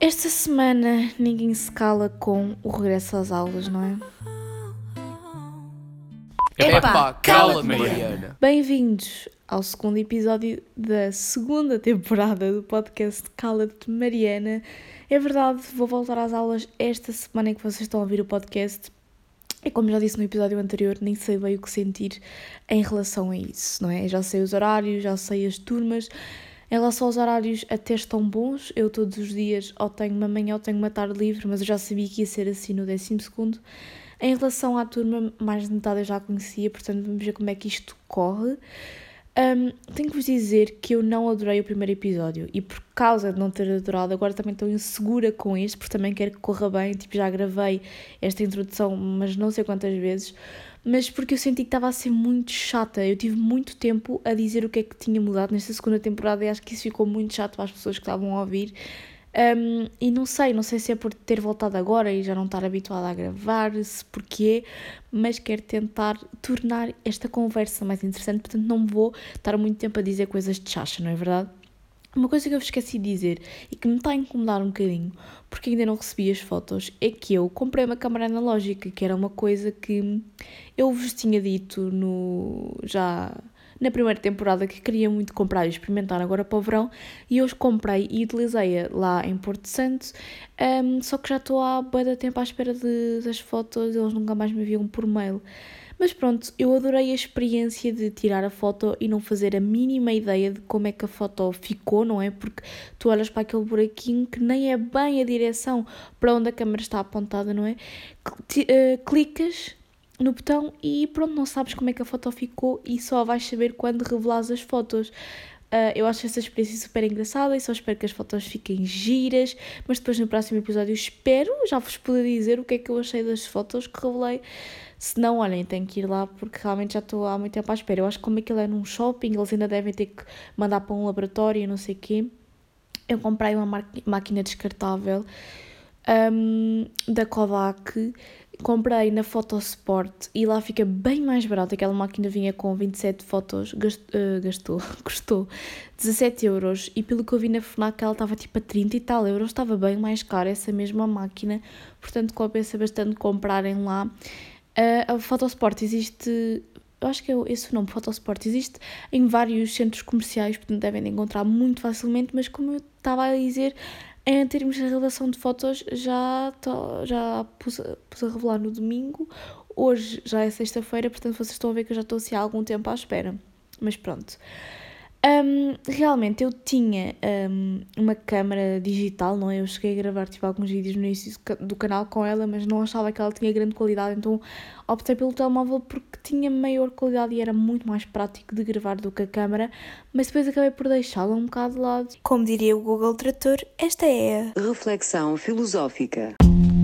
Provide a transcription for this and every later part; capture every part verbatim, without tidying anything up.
Esta semana ninguém se cala com o regresso às aulas, não é? Epá, cala-te, Mariana. Bem-vindos ao segundo episódio da segunda temporada do podcast Cala-te, Mariana. É verdade, vou voltar às aulas esta semana em que vocês estão a ouvir o podcast. E como já disse no episódio anterior, nem sei bem o que sentir em relação a isso, não é? Já sei os horários, já sei as turmas. Em relação aos horários, até estão bons. Eu todos os dias ou tenho uma manhã ou tenho uma tarde livre, mas eu já sabia que ia ser assim no décimo segundo. Em relação à turma, mais de metade eu já conhecia, portanto vamos ver como é que isto corre. Um, tenho que vos dizer que eu não adorei o primeiro episódio e por causa de não ter adorado, agora também estou insegura com este, porque também quero que corra bem. Tipo, já gravei esta introdução, mas não sei quantas vezes, mas porque eu senti que estava a ser muito chata. Eu tive muito tempo a dizer o que é que tinha mudado nesta segunda temporada e acho que isso ficou muito chato para as pessoas que estavam a ouvir. Um, e não sei, não sei se é por ter voltado agora e já não estar habituada a gravar, se porquê, mas quero tentar tornar esta conversa mais interessante, portanto não vou estar muito tempo a dizer coisas de chacha, não é verdade? Uma coisa que eu vos esqueci de dizer e que me está a incomodar um bocadinho, porque ainda não recebi as fotos, é que eu comprei uma câmera analógica, que era uma coisa que eu vos tinha dito no já... na primeira temporada que queria muito comprar e experimentar agora para o verão, e eu os comprei e utilizei-a lá em Porto Santo, um, só que já estou há bué de tempo à espera de, das fotos, eles nunca mais me enviam por mail. Mas pronto, eu adorei a experiência de tirar a foto e não fazer a mínima ideia de como é que a foto ficou, não é? Porque tu olhas para aquele buraquinho que nem é bem a direção para onde a câmera está apontada, não é? Clicas no botão e pronto, não sabes como é que a foto ficou e só vais saber quando revelares as fotos. Uh, eu acho essa experiência super engraçada e só espero que as fotos fiquem giras, mas depois no próximo episódio espero já vos poder dizer o que é que eu achei das fotos que revelei. Se não, olhem, tenho que ir lá porque realmente já estou há muito tempo à espera. Eu acho que como aquilo é num shopping, eles ainda devem ter que mandar para um laboratório e não sei o quê. Eu comprei uma máquina descartável um, da Kodak. Comprei na Photosport e lá fica bem mais barato. Aquela máquina vinha com vinte e sete fotos, gastou, uh, gastou custou dezassete euros e pelo que eu vi na FNAC ela estava tipo a trinta e tal euros, estava bem mais cara essa mesma máquina, portanto compensa bastante comprarem lá. Uh, a Photosport existe, eu acho que é esse o nome, Photosport, existe em vários centros comerciais, portanto devem encontrar muito facilmente, mas como eu estava a dizer, em termos de revelação de fotos, já, tô, já pus, pus a revelar no domingo. Hoje já é sexta-feira, portanto vocês estão a ver que eu já estou assim há algum tempo à espera. Mas pronto. Um, realmente eu tinha um, uma câmara digital, não é? Eu cheguei a gravar tipo, alguns vídeos no início do canal com ela, mas não achava que ela tinha grande qualidade, então optei pelo telemóvel porque tinha maior qualidade e era muito mais prático de gravar do que a câmara, mas depois acabei por deixá-la um bocado de lado. Como diria o Google Trator, esta é a reflexão filosófica.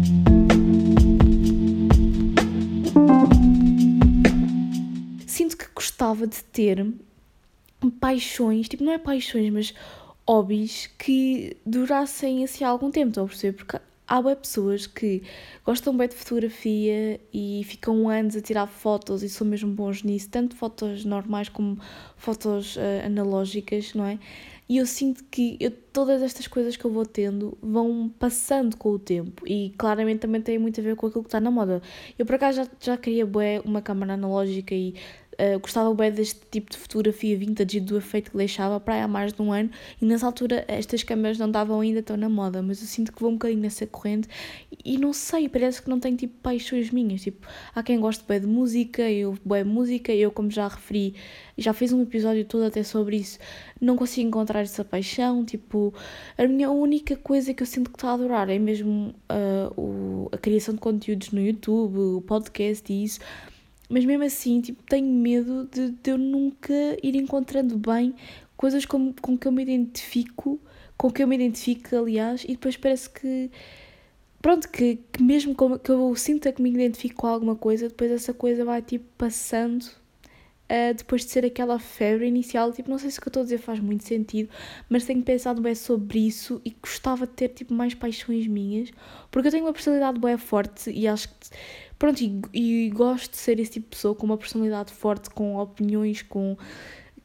Sinto que gostava de ter paixões, tipo, não é paixões, mas hobbies que durassem assim há algum tempo, estão a perceber? Porque há bem pessoas que gostam bem de fotografia e ficam anos a tirar fotos e são mesmo bons nisso, tanto fotos normais como fotos uh, analógicas, não é? E eu sinto que eu, todas estas coisas que eu vou tendo vão passando com o tempo e claramente também tem muito a ver com aquilo que está na moda. Eu por acaso já, já queria bué uma câmera analógica e Uh, gostava bem deste tipo de fotografia vintage e do efeito que deixava para aí há mais de um ano e nessa altura estas câmeras não estavam ainda tão na moda, mas eu sinto que vou um bocadinho nessa corrente e, e não sei, parece que não tenho tipo paixões minhas, tipo, há quem goste bem de música, eu bem música, eu como já referi, já fiz um episódio todo até sobre isso, não consigo encontrar essa paixão, tipo, a minha única coisa que eu sinto que está a adorar é mesmo uh, o, a criação de conteúdos no YouTube, o podcast e isso. Mas mesmo assim, tipo, tenho medo de, de eu nunca ir encontrando bem coisas com, com que eu me identifico, com que eu me identifico, aliás, e depois parece que, pronto, que, que mesmo que eu sinta que me identifico com alguma coisa, depois essa coisa vai, tipo, passando, uh, depois de ser aquela febre inicial, tipo, não sei se o que eu estou a dizer faz muito sentido, mas tenho pensado bem sobre isso e gostava de ter, tipo, mais paixões minhas, porque eu tenho uma personalidade bem forte e acho que... Pronto, e, e gosto de ser esse tipo de pessoa com uma personalidade forte, com opiniões, com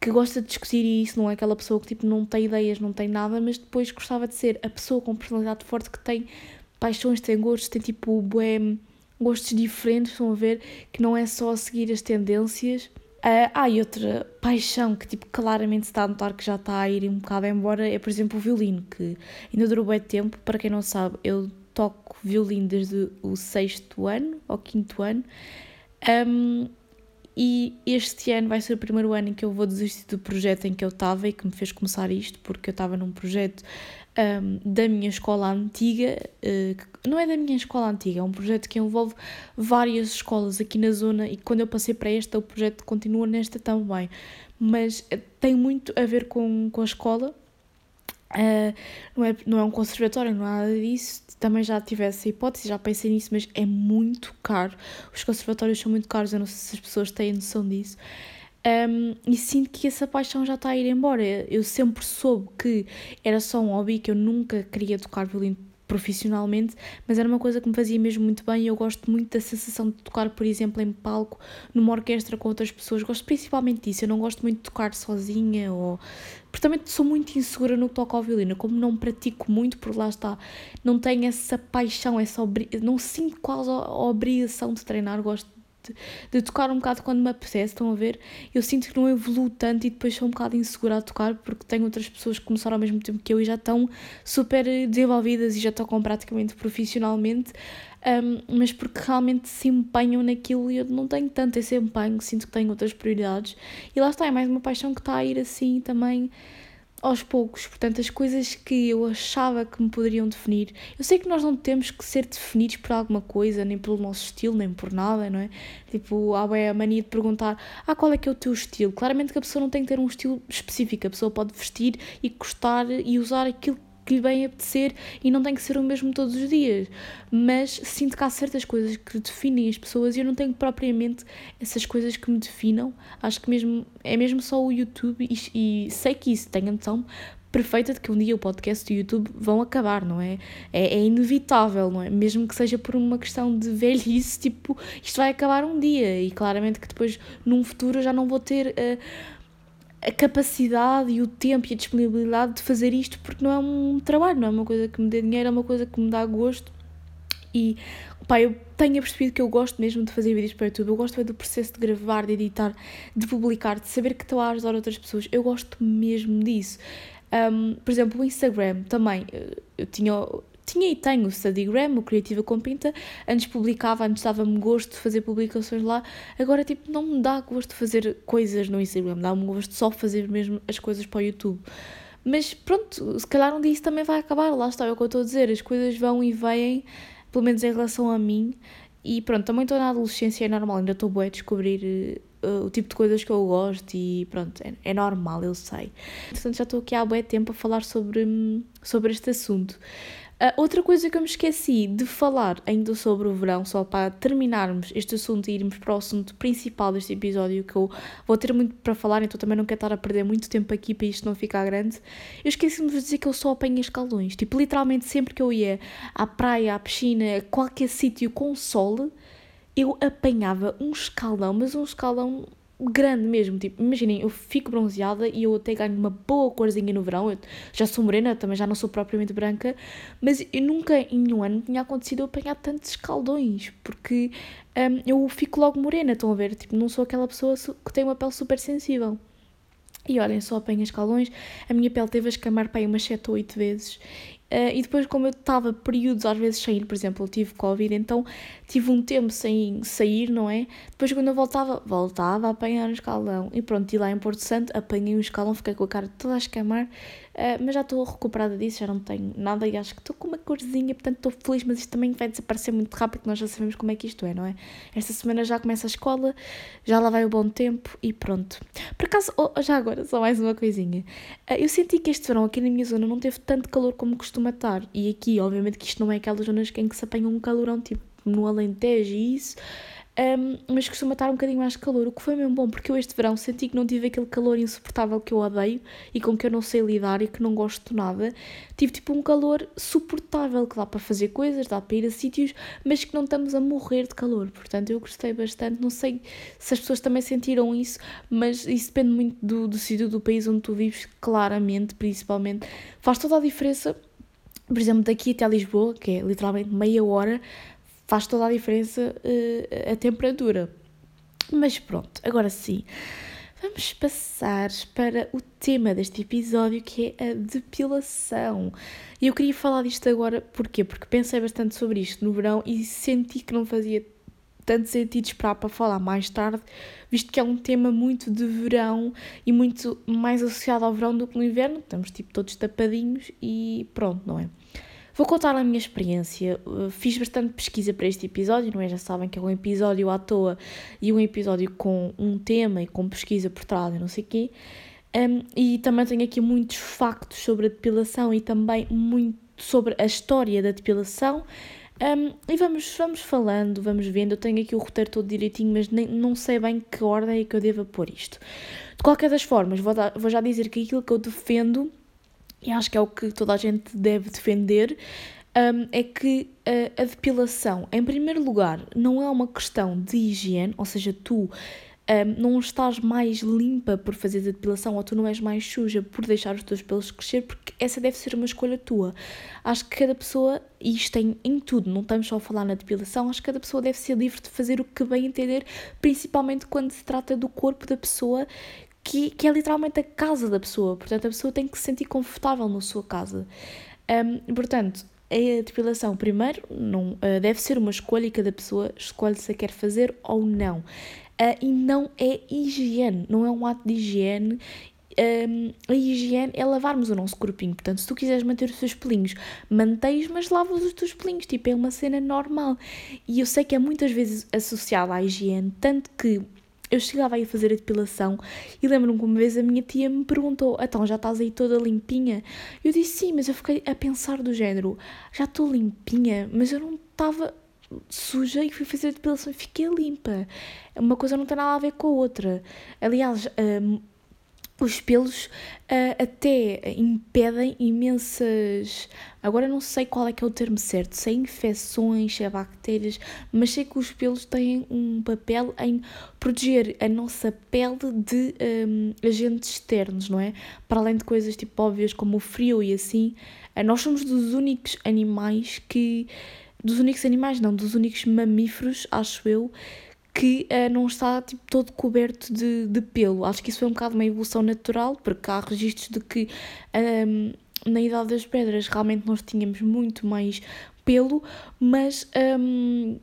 que gosta de discutir e isso, não é aquela pessoa que tipo não tem ideias, não tem nada, mas depois gostava de ser a pessoa com personalidade forte que tem paixões, tem gostos, tem tipo bué, gostos diferentes, estão a ver, que não é só seguir as tendências. Uh, ah, e outra paixão que tipo claramente se está a notar que já está a ir um bocado embora é, por exemplo, o violino, que ainda durou bem tempo. Para quem não sabe, eu toco violino desde o sexto ano ou quinto ano. Um, E este ano vai ser o primeiro ano em que eu vou desistir do projeto em que eu estava e que me fez começar isto, porque eu estava num projeto um, da minha escola antiga, uh, que não é da minha escola antiga, é um projeto que envolve várias escolas aqui na zona e quando eu passei para esta, o projeto continua nesta também, mas tem muito a ver com, com a escola. Uh, não, é, não é um conservatório, não é nada disso. Também já tive essa hipótese, já pensei nisso, mas é muito caro. Os conservatórios são muito caros, eu não sei se as pessoas têm noção disso. Um, e sinto que essa paixão já está a ir embora. Eu sempre soube que era só um hobby, que eu nunca queria tocar violino profissionalmente, mas era uma coisa que me fazia mesmo muito bem e eu gosto muito da sensação de tocar, por exemplo, em palco, numa orquestra com outras pessoas. Gosto principalmente disso, eu não gosto muito de tocar sozinha, ou... porque também sou muito insegura no que toco ao violino, como não pratico muito, por lá está, não tenho essa paixão, essa obri... não sinto quase a obrigação de treinar, gosto De, de tocar um bocado quando me apetece, estão a ver? Eu sinto que não evoluo tanto e depois sou um bocado insegura a tocar porque tenho outras pessoas que começaram ao mesmo tempo que eu e já estão super desenvolvidas e já tocam praticamente profissionalmente, um, mas porque realmente se empenham naquilo e eu não tenho tanto esse empenho, sinto que tenho outras prioridades e lá está, é mais uma paixão que está a ir assim também aos poucos. Portanto, as coisas que eu achava que me poderiam definir, eu sei que nós não temos que ser definidos por alguma coisa, nem pelo nosso estilo, nem por nada, não é? Tipo, há bem a mania de perguntar, ah, qual é que é o teu estilo? Claramente que a pessoa não tem que ter um estilo específico, a pessoa pode vestir e gostar e usar aquilo que lhe bem apetecer e não tem que ser o mesmo todos os dias, mas sinto que há certas coisas que definem as pessoas e eu não tenho propriamente essas coisas que me definam. Acho que mesmo, é mesmo só o YouTube e, e sei que isso tenho a noção perfeita de que um dia o podcast e o YouTube vão acabar, não é? É, é inevitável, não é? Mesmo que seja por uma questão de velhice, tipo, isto vai acabar um dia e claramente que depois num futuro eu já não vou ter... Uh, a capacidade e o tempo e a disponibilidade de fazer isto porque não é um trabalho, não é uma coisa que me dê dinheiro, é uma coisa que me dá gosto e pá, eu tenho percebido que eu gosto mesmo de fazer vídeos para o YouTube, eu gosto do processo de gravar, de editar, de publicar, de saber que estou a ajudar outras pessoas, eu gosto mesmo disso. Um, por exemplo, o Instagram também, eu tinha... Tinha e tenho o Studygram, o Criativa com Pinta, antes publicava, antes dava-me gosto de fazer publicações lá, agora tipo não me dá gosto de fazer coisas no Instagram, dá-me gosto só de fazer mesmo as coisas para o YouTube. Mas pronto, se calhar um dia isso também vai acabar, lá está, é o que eu estou a dizer, as coisas vão e vêm, pelo menos em relação a mim, e pronto, também estou na adolescência, é normal, ainda estou boa a descobrir uh, o tipo de coisas que eu gosto e pronto, é, é normal, eu sei. Portanto já estou aqui há bué tempo a falar sobre, sobre este assunto. Uh, outra coisa que eu me esqueci de falar ainda sobre o verão, só para terminarmos este assunto e irmos para o assunto principal deste episódio, que eu vou ter muito para falar, então também não quero estar a perder muito tempo aqui para isto não ficar grande. Eu esqueci-me de dizer que eu só apanho escaldões, tipo, literalmente sempre que eu ia à praia, à piscina, a qualquer sítio com sol, eu apanhava um escaldão, mas um escaldão grande mesmo, tipo, imaginem, eu fico bronzeada e eu até ganho uma boa corzinha no verão, eu já sou morena, também já não sou propriamente branca, mas eu nunca em nenhum ano tinha acontecido eu apanhar tantos escaldões, porque um, eu fico logo morena, estão a ver, tipo, não sou aquela pessoa que tem uma pele super sensível. E olhem, só apanho escaldões, a minha pele teve a escamar para aí umas sete ou oito vezes. Uh, e depois, como eu estava períodos às vezes sem ir, por exemplo, eu tive Covid, então tive um tempo sem sair, não é? Depois quando eu voltava, voltava a apanhar um escaldão. E pronto, e lá em Porto Santo apanhei um escaldão, fiquei com a cara toda a escamar, uh, mas já estou recuperada disso, já não tenho nada e acho que estou com uma corzinha, portanto estou feliz, mas isto também vai desaparecer muito rápido, porque nós já sabemos como é que isto é, não é? Esta semana já começa a escola, já lá vai o bom tempo e pronto. Por acaso, oh, já agora, só mais uma coisinha. Uh, eu senti que este verão aqui na minha zona não teve tanto calor como costuma estar. E aqui, obviamente, que isto não é aquelas zonas em que se apanha um calorão, tipo no Alentejo e isso. um, mas costuma estar um bocadinho mais calor, o que foi mesmo bom, porque eu este verão senti que não tive aquele calor insuportável que eu odeio e com que eu não sei lidar e que não gosto de nada. Tive tipo um calor suportável, que dá para fazer coisas, dá para ir a sítios, mas que não estamos a morrer de calor. Portanto, eu gostei bastante. Não sei se as pessoas também sentiram isso, mas isso depende muito do, do sítio do país onde tu vives, claramente, principalmente. Faz toda a diferença, por exemplo, daqui até a Lisboa, que é literalmente meia hora, faz toda a diferença uh, a temperatura. Mas pronto, agora sim, vamos passar para o tema deste episódio, que é a depilação. E eu queria falar disto agora, porquê? Porque pensei bastante sobre isto no verão e senti que não fazia tanto sentido esperar para falar mais tarde, visto que é um tema muito de verão e muito mais associado ao verão do que no inverno. Estamos tipo todos tapadinhos e pronto, não é? Vou contar a minha experiência. Fiz bastante pesquisa para este episódio, não é? Já sabem que é um episódio à toa e um episódio com um tema e com pesquisa por trás e não sei o quê. Um, e também tenho aqui muitos factos sobre a depilação e também muito sobre a história da depilação. Um, e vamos, vamos falando, vamos vendo. Eu tenho aqui o roteiro todo direitinho, mas nem, não sei bem que ordem é que eu devo pôr isto. De qualquer das formas, vou, dar, vou já dizer que aquilo que eu defendo, e acho que é o que toda a gente deve defender, um, é que a, a depilação, em primeiro lugar, não é uma questão de higiene, ou seja, tu um, não estás mais limpa por fazer a depilação, ou tu não és mais suja por deixar os teus pelos crescer, porque essa deve ser uma escolha tua. Acho que cada pessoa, e isto tem em tudo, não estamos só a falar na depilação, acho que cada pessoa deve ser livre de fazer o que bem entender, principalmente quando se trata do corpo da pessoa, Que, que é literalmente a casa da pessoa. Portanto, a pessoa tem que se sentir confortável na sua casa. Um, portanto, a depilação, primeiro, não, uh, deve ser uma escolha e cada pessoa escolhe se a quer fazer ou não. Uh, e não é higiene, não é um ato de higiene. Um, a higiene é lavarmos o nosso corpinho. Portanto, se tu quiseres manter os teus pelinhos, mantens, mas lavas os teus pelinhos. Tipo, é uma cena normal. E eu sei que é muitas vezes associada à higiene, tanto que eu chegava aí a fazer a depilação e lembro-me que uma vez a minha tia me perguntou: então, já estás aí toda limpinha? Eu disse sim, mas eu fiquei a pensar do género: já estou limpinha, mas eu não estava suja e fui fazer a depilação e fiquei limpa. Uma coisa não tem nada a ver com a outra. Aliás, um, os pelos uh, até impedem imensas... Agora não sei qual é que é o termo certo, se é infecções, se é bactérias, mas sei que os pelos têm um papel em proteger a nossa pele de um, agentes externos, não é? Para além de coisas tipo óbvias como o frio e assim, uh, nós somos dos únicos animais que... Dos únicos animais, não, dos únicos mamíferos, acho eu, que uh, não está tipo, todo coberto de, de pelo. Acho que isso foi um bocado uma evolução natural, porque há registros de que um, na Idade das Pedras realmente nós tínhamos muito mais pelo, mas um,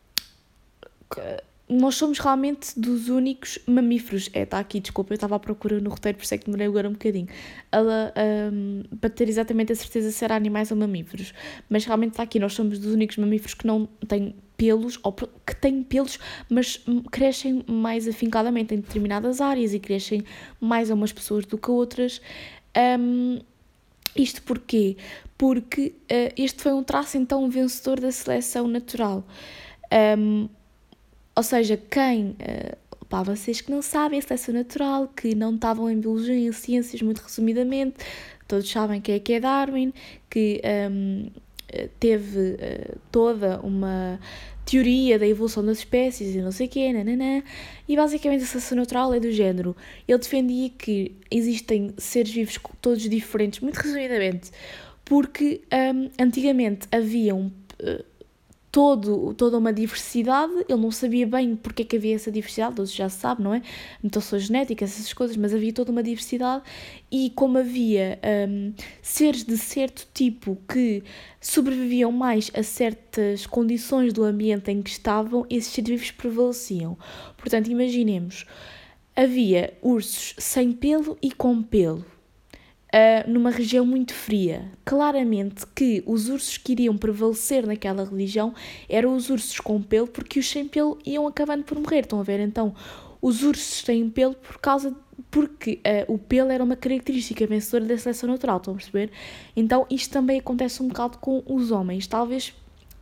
nós somos realmente dos únicos mamíferos. É, está aqui, desculpa, eu estava à procura no roteiro, por isso é que demorei agora um bocadinho. Ela, um, para ter exatamente a certeza se era animais ou mamíferos. Mas realmente está aqui, nós somos dos únicos mamíferos que não têm pelos, ou que têm pelos, mas crescem mais afincadamente em determinadas áreas e crescem mais a umas pessoas do que a outras. Um, isto porquê? Porque uh, este foi um traço então vencedor da seleção natural. Um, ou seja, quem... Uh, Pá, vocês que não sabem, a seleção natural, que não estavam em biologia e em ciências, muito resumidamente, todos sabem quem é que é Darwin, que um, teve uh, toda uma teoria da evolução das espécies e não sei o quê, nananã, e basicamente a seleção natural é do género. Ele defendia que existem seres vivos todos diferentes, muito resumidamente, porque um, antigamente havia um... Uh, Todo, toda uma diversidade, ele não sabia bem porque é que havia essa diversidade, todos já se sabe, não é? Mutações genéticas, essas coisas, mas havia toda uma diversidade e como havia um, seres de certo tipo que sobreviviam mais a certas condições do ambiente em que estavam, esses seres vivos prevaleciam. Portanto, imaginemos, havia ursos sem pelo e com pelo. Uh, numa região muito fria. Claramente que os ursos que iriam prevalecer naquela religião eram os ursos com pelo, porque os sem pelo iam acabando por morrer. Estão a ver? Então, os ursos têm pelo por causa... porque uh, o pelo era uma característica vencedora da seleção natural. Estão a perceber? Então, isto também acontece um bocado com os homens. Talvez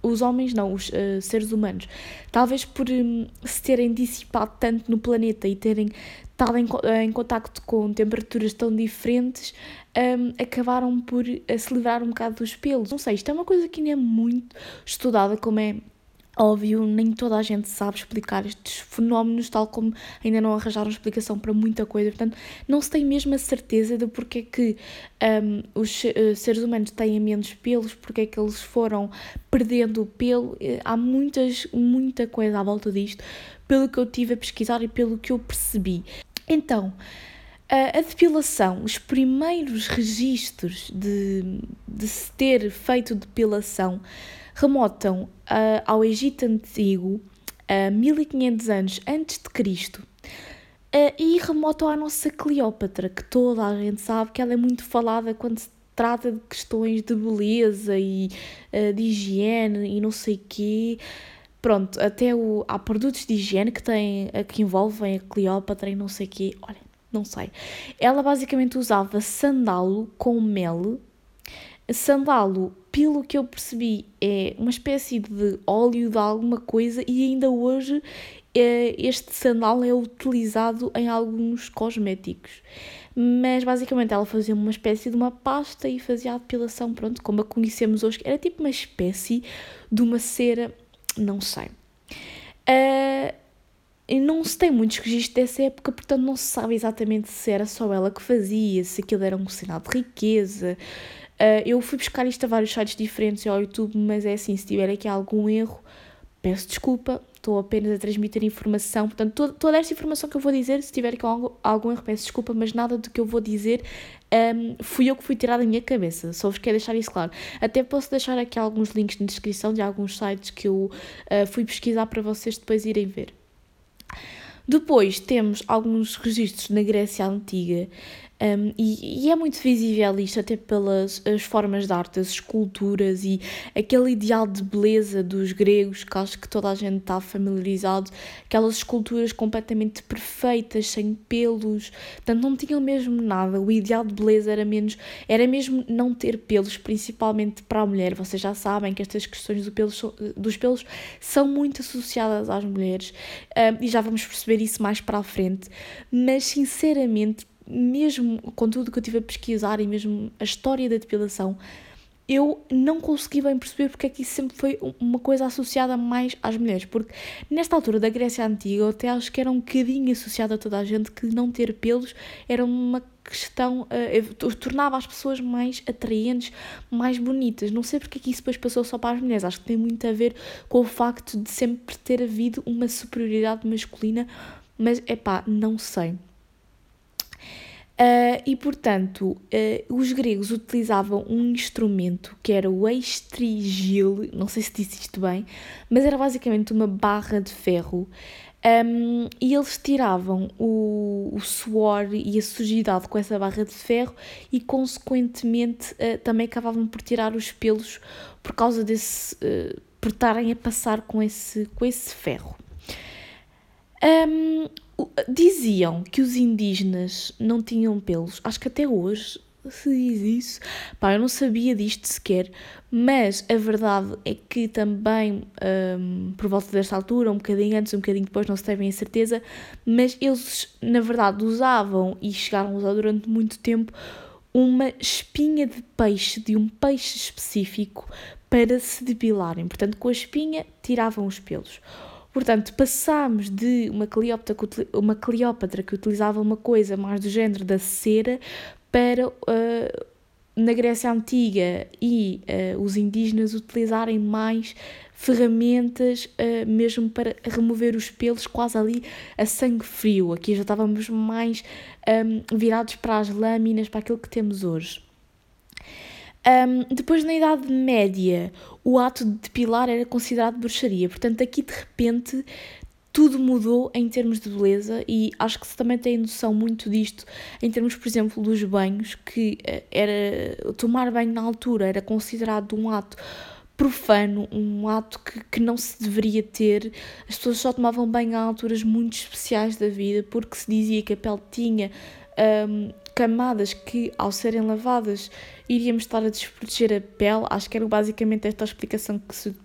os homens não, os uh, seres humanos, talvez por um, se terem dissipado tanto no planeta e terem estado em, em contacto com temperaturas tão diferentes, um, acabaram por uh, se livrar um bocado dos pelos. Não sei, isto é uma coisa que ainda é muito estudada, como é óbvio, nem toda a gente sabe explicar estes fenómenos, tal como ainda não arranjaram explicação para muita coisa. Portanto, não se tem mesmo a certeza de porque é que um, os uh, seres humanos têm menos pelos, porque é que eles foram perdendo o pelo. Há muitas, muita coisa à volta disto, pelo que eu tive a pesquisar e pelo que eu percebi. Então, a depilação, os primeiros registros de, de se ter feito depilação remontam uh, ao Egito Antigo, a mil e quinhentos anos antes de Cristo, uh, e remontam à nossa Cleópatra, que toda a gente sabe que ela é muito falada quando se trata de questões de beleza e uh, de higiene e não sei o quê. Pronto, até o, há produtos de higiene que, têm, que envolvem a Cleópatra e não sei o quê. Olha, não sei. Ela basicamente usava sandalo com mel. Sandalo, pelo que eu percebi, é uma espécie de óleo de alguma coisa e ainda hoje é, este sandalo é utilizado em alguns cosméticos. Mas basicamente ela fazia uma espécie de uma pasta e fazia a depilação, pronto, como a conhecemos hoje. Era tipo uma espécie de uma cera, não sei. Uh, não se tem muitos registros dessa época, portanto não se sabe exatamente se era só ela que fazia, se aquilo era um sinal de riqueza. Uh, eu fui buscar isto a vários sites diferentes ao YouTube, mas é assim, se tiver aqui algum erro, peço desculpa, estou apenas a transmitir informação, portanto toda, toda esta informação que eu vou dizer, se tiver aqui algum, algum erro, peço desculpa, mas nada do que eu vou dizer um, fui eu que fui tirar da minha cabeça, só vos quero deixar isso claro. Até posso deixar aqui alguns links na descrição de alguns sites que eu uh, fui pesquisar para vocês depois irem ver. Depois temos alguns registros na Grécia Antiga, um, e, e é muito visível isto até pelas as formas de arte, as esculturas e aquele ideal de beleza dos gregos, que acho que toda a gente está familiarizado, aquelas esculturas completamente perfeitas, sem pelos, portanto não tinham mesmo nada. O ideal de beleza era, menos, era mesmo não ter pelos, principalmente para a mulher. Vocês já sabem que estas questões do pelos, dos pelos são muito associadas às mulheres, um, e já vamos perceber isso mais para a frente, mas sinceramente, mesmo com tudo que eu tive a pesquisar e mesmo a história da depilação, eu não consegui bem perceber porque é que isso sempre foi uma coisa associada mais às mulheres, porque nesta altura da Grécia Antiga eu até acho que era um bocadinho associado a toda a gente que não ter pelos era uma questão, uh, tornava as pessoas mais atraentes, mais bonitas. Não sei porque é que isso depois passou só para as mulheres, acho que tem muito a ver com o facto de sempre ter havido uma superioridade masculina, mas epá, não sei. Uh, e, portanto, uh, os gregos utilizavam um instrumento que era o estrigil, não sei se disse isto bem, mas era basicamente uma barra de ferro, um, e eles tiravam o, o suor e a sujidade com essa barra de ferro e, consequentemente, uh, também acabavam por tirar os pelos por causa desse, uh, por estarem a passar com esse, com esse ferro. Um, diziam que os indígenas não tinham pelos, acho que até hoje se diz isso, pá, eu não sabia disto sequer, mas a verdade é que também um, por volta desta altura, um bocadinho antes, um bocadinho depois, não se tem bem a certeza, mas eles na verdade usavam e chegaram a usar durante muito tempo uma espinha de peixe, de um peixe específico, para se depilarem. Portanto, com a espinha tiravam os pelos. Portanto, passámos de uma Cleópatra, uma Cleópatra que utilizava uma coisa mais do género da cera para, uh, na Grécia Antiga e uh, os indígenas utilizarem mais ferramentas, uh, mesmo para remover os pelos, quase ali a sangue frio. Aqui já estávamos mais um, virados para as lâminas, para aquilo que temos hoje. Um, depois, na Idade Média, o ato de depilar era considerado bruxaria. Portanto, aqui, de repente, tudo mudou em termos de beleza e acho que se também tem noção muito disto em termos, por exemplo, dos banhos, que era tomar banho na altura era considerado um ato profano, um ato que, que não se deveria ter. As pessoas só tomavam banho a alturas muito especiais da vida, porque se dizia que a pele tinha um, camadas que, ao serem lavadas, iríamos estar a desproteger a pele. Acho que era basicamente esta a explicação que se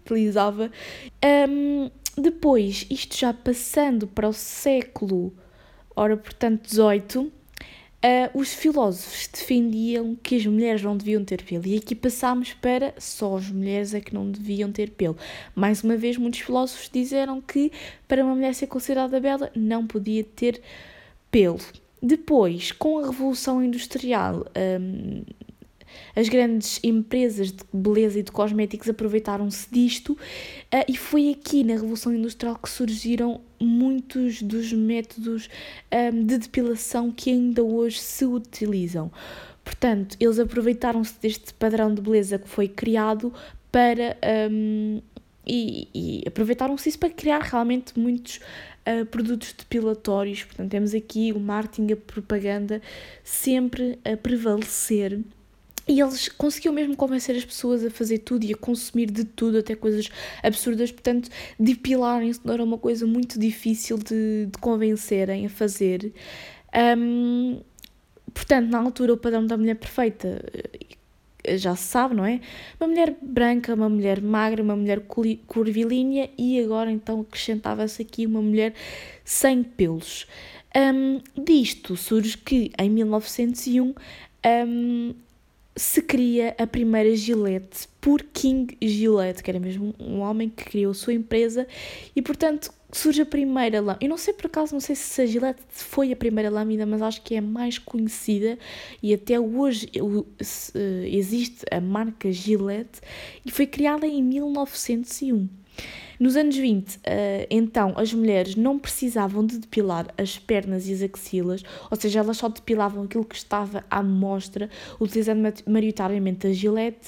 utilizava. Um, depois, isto já passando para o século, ora, portanto, dezoito, Uh, os filósofos defendiam que as mulheres não deviam ter pelo. E aqui passámos para só as mulheres é que não deviam ter pelo. Mais uma vez, muitos filósofos disseram que para uma mulher ser considerada bela não podia ter pelo. Depois, com a Revolução Industrial, um, as grandes empresas de beleza e de cosméticos aproveitaram-se disto uh, e foi aqui na Revolução Industrial que surgiram muitos dos métodos um, de depilação que ainda hoje se utilizam. Portanto, eles aproveitaram-se deste padrão de beleza que foi criado para... Um, e, e aproveitaram-se isso para criar realmente muitos uh, produtos depilatórios. Portanto, temos aqui o marketing, a propaganda sempre a prevalecer. E eles conseguiam mesmo convencer as pessoas a fazer tudo e a consumir de tudo, até coisas absurdas. Portanto, depilarem-se não era uma coisa muito difícil de, de convencerem a fazer. Um, portanto, na altura, o padrão da mulher perfeita já se sabe, não é? Uma mulher branca, uma mulher magra, uma mulher curvilínea e agora então acrescentava-se aqui uma mulher sem pelos. Um, disto surge que em mil novecentos e um... Um, se cria a primeira Gillette por King Gillette, que era mesmo um homem que criou a sua empresa e, portanto, surge a primeira lâmina. Eu não sei por acaso, não sei se a Gillette foi a primeira lâmina, mas acho que é a mais conhecida e até hoje existe a marca Gillette e foi criada em mil novecentos e um. Nos anos vinte, então, as mulheres não precisavam de depilar as pernas e as axilas, ou seja, elas só depilavam aquilo que estava à mostra, utilizando maioritariamente a Gillette,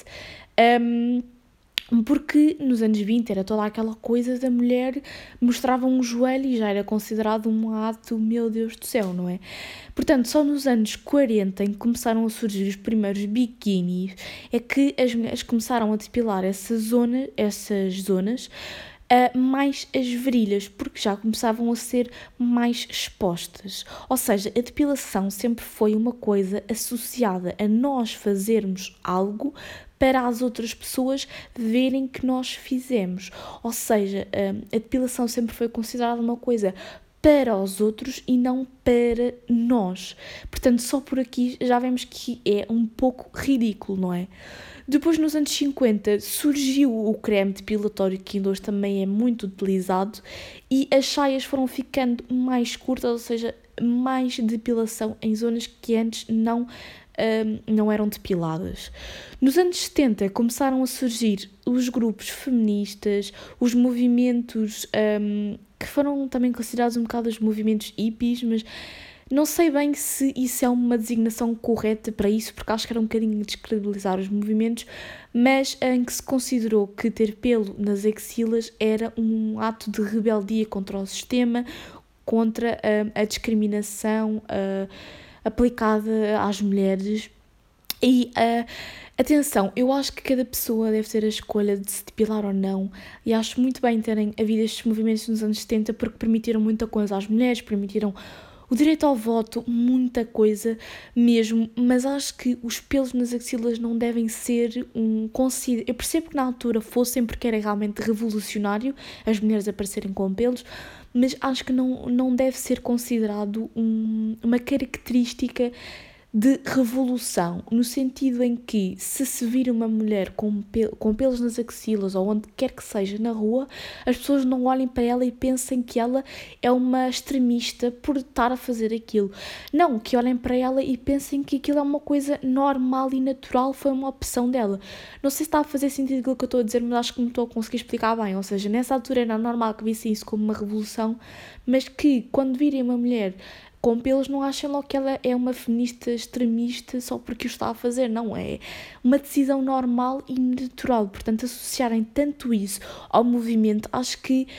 porque nos anos vinte era toda aquela coisa da mulher mostrava um joelho e já era considerado um ato, meu Deus do céu, não é? Portanto, só nos anos quarenta, em que começaram a surgir os primeiros biquínis, é que as mulheres começaram a depilar essa zona, essas zonas, Uh, mais as virilhas, porque já começavam a ser mais expostas. Ou seja, a depilação sempre foi uma coisa associada a nós fazermos algo para as outras pessoas verem que nós fizemos. Ou seja, uh, a depilação sempre foi considerada uma coisa para os outros e não para nós. Portanto, só por aqui já vemos que é um pouco ridículo, não é? Depois, nos anos cinquenta, surgiu o creme depilatório, que ainda hoje também é muito utilizado, e as saias foram ficando mais curtas, ou seja, mais depilação em zonas que antes não, um, não eram depiladas. Nos anos setenta, começaram a surgir os grupos feministas, os movimentos um, que foram também considerados um bocado os movimentos hippies, mas não sei bem se isso é uma designação correta para isso, porque acho que era um bocadinho descredibilizar os movimentos, mas em que se considerou que ter pelo nas axilas era um ato de rebeldia contra o sistema, contra a, a discriminação uh, aplicada às mulheres. E, uh, atenção, eu acho que cada pessoa deve ter a escolha de se depilar ou não, e acho muito bem terem havido estes movimentos nos anos setenta, porque permitiram muita coisa às mulheres, permitiram o direito ao voto, muita coisa mesmo, mas acho que os pelos nas axilas não devem ser um considero. Eu percebo que na altura fossem porque era realmente revolucionário as mulheres aparecerem com pelos, mas acho que não, não deve ser considerado um, uma característica de revolução, no sentido em que se se vir uma mulher com, pel- com pelos nas axilas ou onde quer que seja na rua, as pessoas não olhem para ela e pensem que ela é uma extremista por estar a fazer aquilo. Não, que olhem para ela e pensem que aquilo é uma coisa normal e natural, foi uma opção dela. Não sei se está a fazer sentido aquilo que eu estou a dizer, mas acho que me estou a conseguir explicar bem. Ou seja, nessa altura era normal que vissem isso como uma revolução, mas que quando virem uma mulher com pelos não achem logo que ela é uma feminista extremista só porque o está a fazer, não, é uma decisão normal e natural. Portanto, associarem tanto isso ao movimento, acho que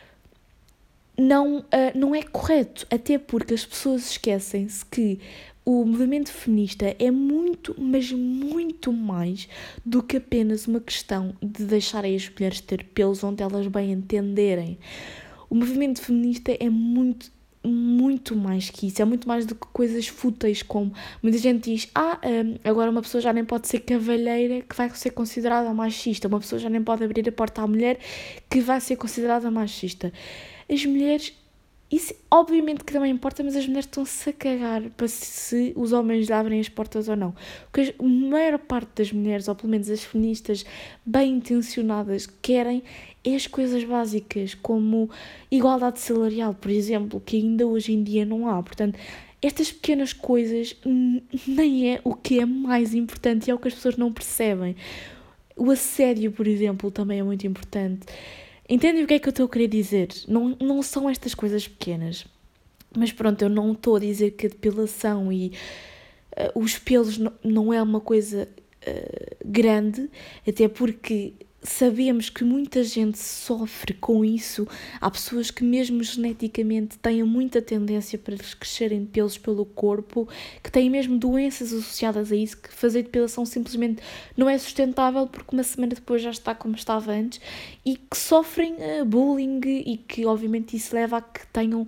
não, uh, não é correto, até porque as pessoas esquecem-se que o movimento feminista é muito, mas muito mais do que apenas uma questão de deixarem as mulheres ter pelos onde elas bem entenderem. O movimento feminista é muito muito mais que isso, é muito mais do que coisas fúteis, como muita gente diz, ah, agora uma pessoa já nem pode ser cavalheira que vai ser considerada machista, uma pessoa já nem pode abrir a porta à mulher que vai ser considerada machista. As mulheres, isso obviamente que também importa, mas as mulheres estão-se a cagar para se os homens lhe abrem as portas ou não. Porque a maior parte das mulheres, ou pelo menos as feministas bem intencionadas, querem é as coisas básicas, como igualdade salarial, por exemplo, que ainda hoje em dia não há. Portanto, estas pequenas coisas nem é o que é mais importante e é o que as pessoas não percebem. O assédio, por exemplo, também é muito importante. Entendem o que é que eu estou a querer dizer? Não, não são estas coisas pequenas. Mas pronto, eu não estou a dizer que a depilação e uh, os pelos não, não é uma coisa uh, grande, até porque sabemos que muita gente sofre com isso. Há pessoas que mesmo geneticamente têm muita tendência para lhes crescerem pelos pelo corpo, que têm mesmo doenças associadas a isso, que fazer depilação simplesmente não é sustentável porque uma semana depois já está como estava antes, e que sofrem uh, bullying e que obviamente isso leva a que tenham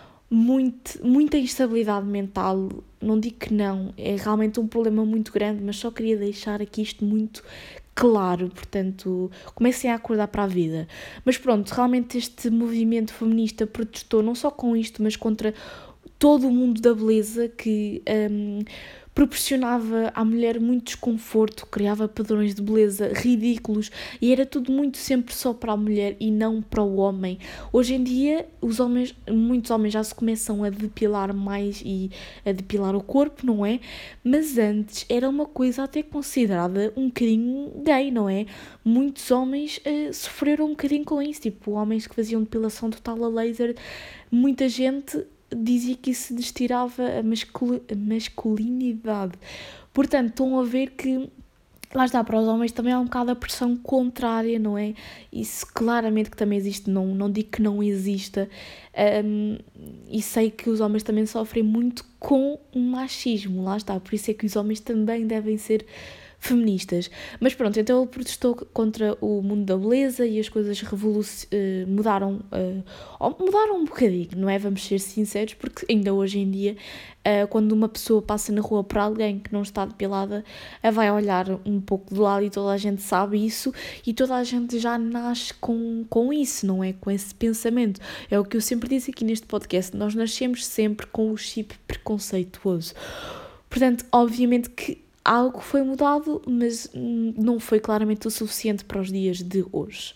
muito, muita instabilidade mental. Não digo que não, é realmente um problema muito grande, mas só queria deixar aqui isto muito claro, portanto, comecem a acordar para a vida. Mas pronto, realmente este movimento feminista protestou não só com isto, mas contra todo o mundo da beleza que um, proporcionava à mulher muito desconforto, criava padrões de beleza ridículos e era tudo muito sempre só para a mulher e não para o homem. Hoje em dia, os homens, muitos homens já se começam a depilar mais e a depilar o corpo, não é? Mas antes era uma coisa até considerada um bocadinho gay, não é? Muitos homens uh, sofreram um bocadinho com isso, tipo homens que faziam depilação total a laser, muita gente dizia que isso destirava a, mascul- a masculinidade. Portanto, estão a ver que, lá está, para os homens também há um bocado a pressão contrária, não é? Isso claramente que também existe, não, não digo que não exista, um, e sei que os homens também sofrem muito com o machismo, lá está, por isso é que os homens também devem ser feministas. Mas pronto, então ele protestou contra o mundo da beleza e as coisas revolu- uh, mudaram, uh, mudaram um bocadinho, não é? Vamos ser sinceros, porque ainda hoje em dia, uh, quando uma pessoa passa na rua para alguém que não está depilada, uh, vai olhar um pouco de lado e toda a gente sabe isso e toda a gente já nasce com, com isso, não é? Com esse pensamento. É o que eu sempre disse aqui neste podcast, nós nascemos sempre com o chip preconceituoso. Portanto, obviamente que algo foi mudado, mas não foi claramente o suficiente para os dias de hoje.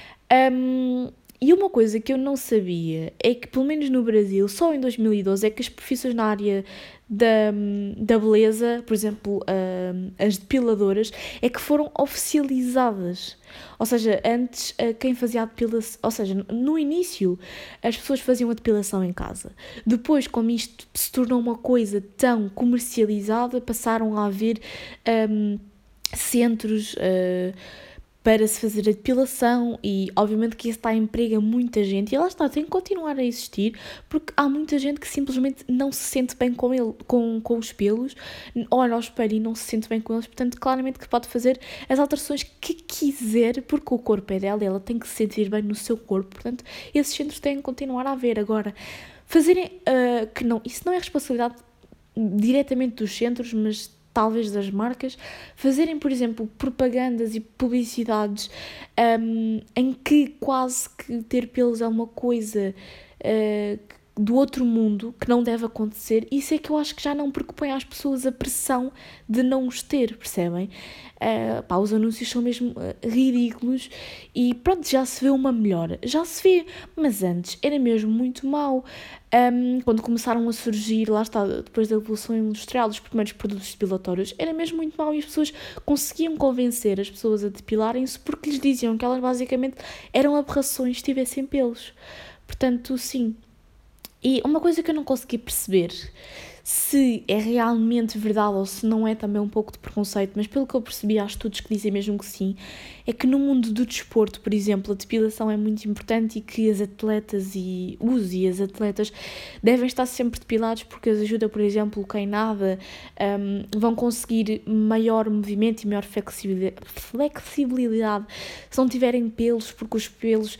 Um, e uma coisa que eu não sabia é que, pelo menos no Brasil, só em dois mil e doze, é que as profissões na área da, da beleza, por exemplo, um, as depiladoras, é que foram oficializadas. Ou seja, antes quem fazia a depilação, ou seja, no início as pessoas faziam a depilação em casa. Depois, como isto se tornou uma coisa tão comercializada, passaram a haver um, centros uh, para se fazer a depilação e obviamente que isso está a emprego a muita gente e lá está, tem que continuar a existir porque há muita gente que simplesmente não se sente bem com, ele, com, com os pelos, olha ao espelho e não se sente bem com eles, portanto claramente que pode fazer as alterações que quiser porque o corpo é dela e ela tem que se sentir bem no seu corpo, portanto esses centros têm que continuar a haver. Agora, fazerem, uh, que não, isso não é responsabilidade diretamente dos centros, mas talvez das marcas, fazerem, por exemplo, propagandas e publicidades um, em que quase que ter pelos é uma coisa uh, do outro mundo, que não deve acontecer, isso é que eu acho que já não, porque põe às pessoas a pressão de não os ter, percebem? Uh, pá, os anúncios são mesmo uh, ridículos e pronto, já se vê uma melhora, já se vê, mas antes era mesmo muito mau. Um, quando começaram a surgir, lá está, depois da Revolução Industrial, dos primeiros produtos depilatórios, era mesmo muito mau e as pessoas conseguiam convencer as pessoas a depilarem-se porque lhes diziam que elas basicamente eram aberrações se tivessem pelos. Portanto, sim. E uma coisa que eu não consegui perceber, se é realmente verdade ou se não é também um pouco de preconceito, mas pelo que eu percebi há estudos que dizem mesmo que sim, é que no mundo do desporto, por exemplo, a depilação é muito importante e que as atletas e os e as atletas devem estar sempre depilados porque as ajuda, por exemplo, quem nada, um, vão conseguir maior movimento e maior flexibilidade, flexibilidade se não tiverem pelos, porque os pelos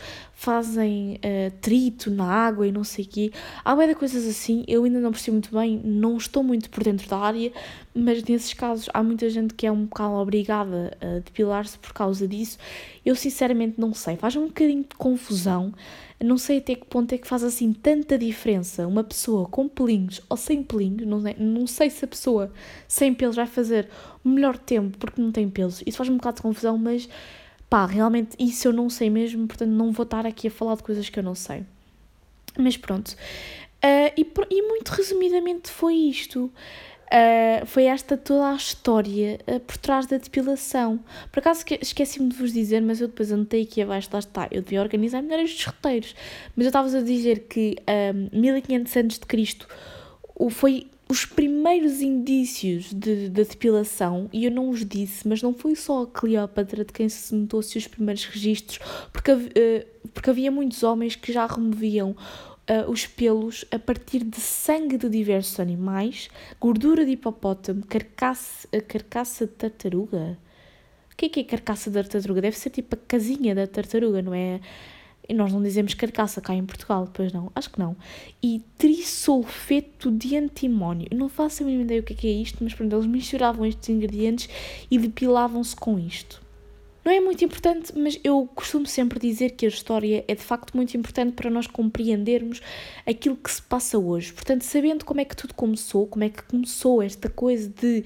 fazem uh, trito na água e não sei o quê. Há muitas coisas assim, eu ainda não percebo muito bem, não estou muito por dentro da área, mas nesses casos há muita gente que é um bocado obrigada a depilar-se por causa disso. Eu sinceramente não sei, faz um bocadinho de confusão, não sei até que ponto é que faz assim tanta diferença uma pessoa com pelinhos ou sem pelinhos, não sei, não sei se a pessoa sem pelos vai fazer o melhor tempo porque não tem pelos, isso faz um bocado de confusão, mas pá, realmente isso eu não sei mesmo, portanto não vou estar aqui a falar de coisas que eu não sei. Mas pronto, uh, e, e muito resumidamente foi isto. Uh, foi esta toda a história uh, por trás da depilação. Por acaso esqueci-me de vos dizer, mas eu depois anotei aqui abaixo, lá está, eu devia organizar melhor estes roteiros. Mas eu estava-vos a dizer que um, mil e quinhentos antes de Cristo foi os primeiros indícios de, de depilação, e eu não os disse, mas não foi só a Cleópatra de quem se notou-se os primeiros registros, porque, uh, porque havia muitos homens que já removiam Uh, os pelos a partir de sangue de diversos animais, gordura de hipopótamo, carcaça, uh, carcaça de tartaruga. O que é que é carcaça de tartaruga? Deve ser tipo a casinha da tartaruga, não é? E nós não dizemos carcaça cá em Portugal, pois não? Acho que não. E trisulfeto de antimónio. Eu não faço a mínima ideia o que é, que é isto, mas pronto, eles misturavam estes ingredientes e depilavam-se com isto. Não é muito importante, mas eu costumo sempre dizer que a história é de facto muito importante para nós compreendermos aquilo que se passa hoje. Portanto, sabendo como é que tudo começou, como é que começou esta coisa de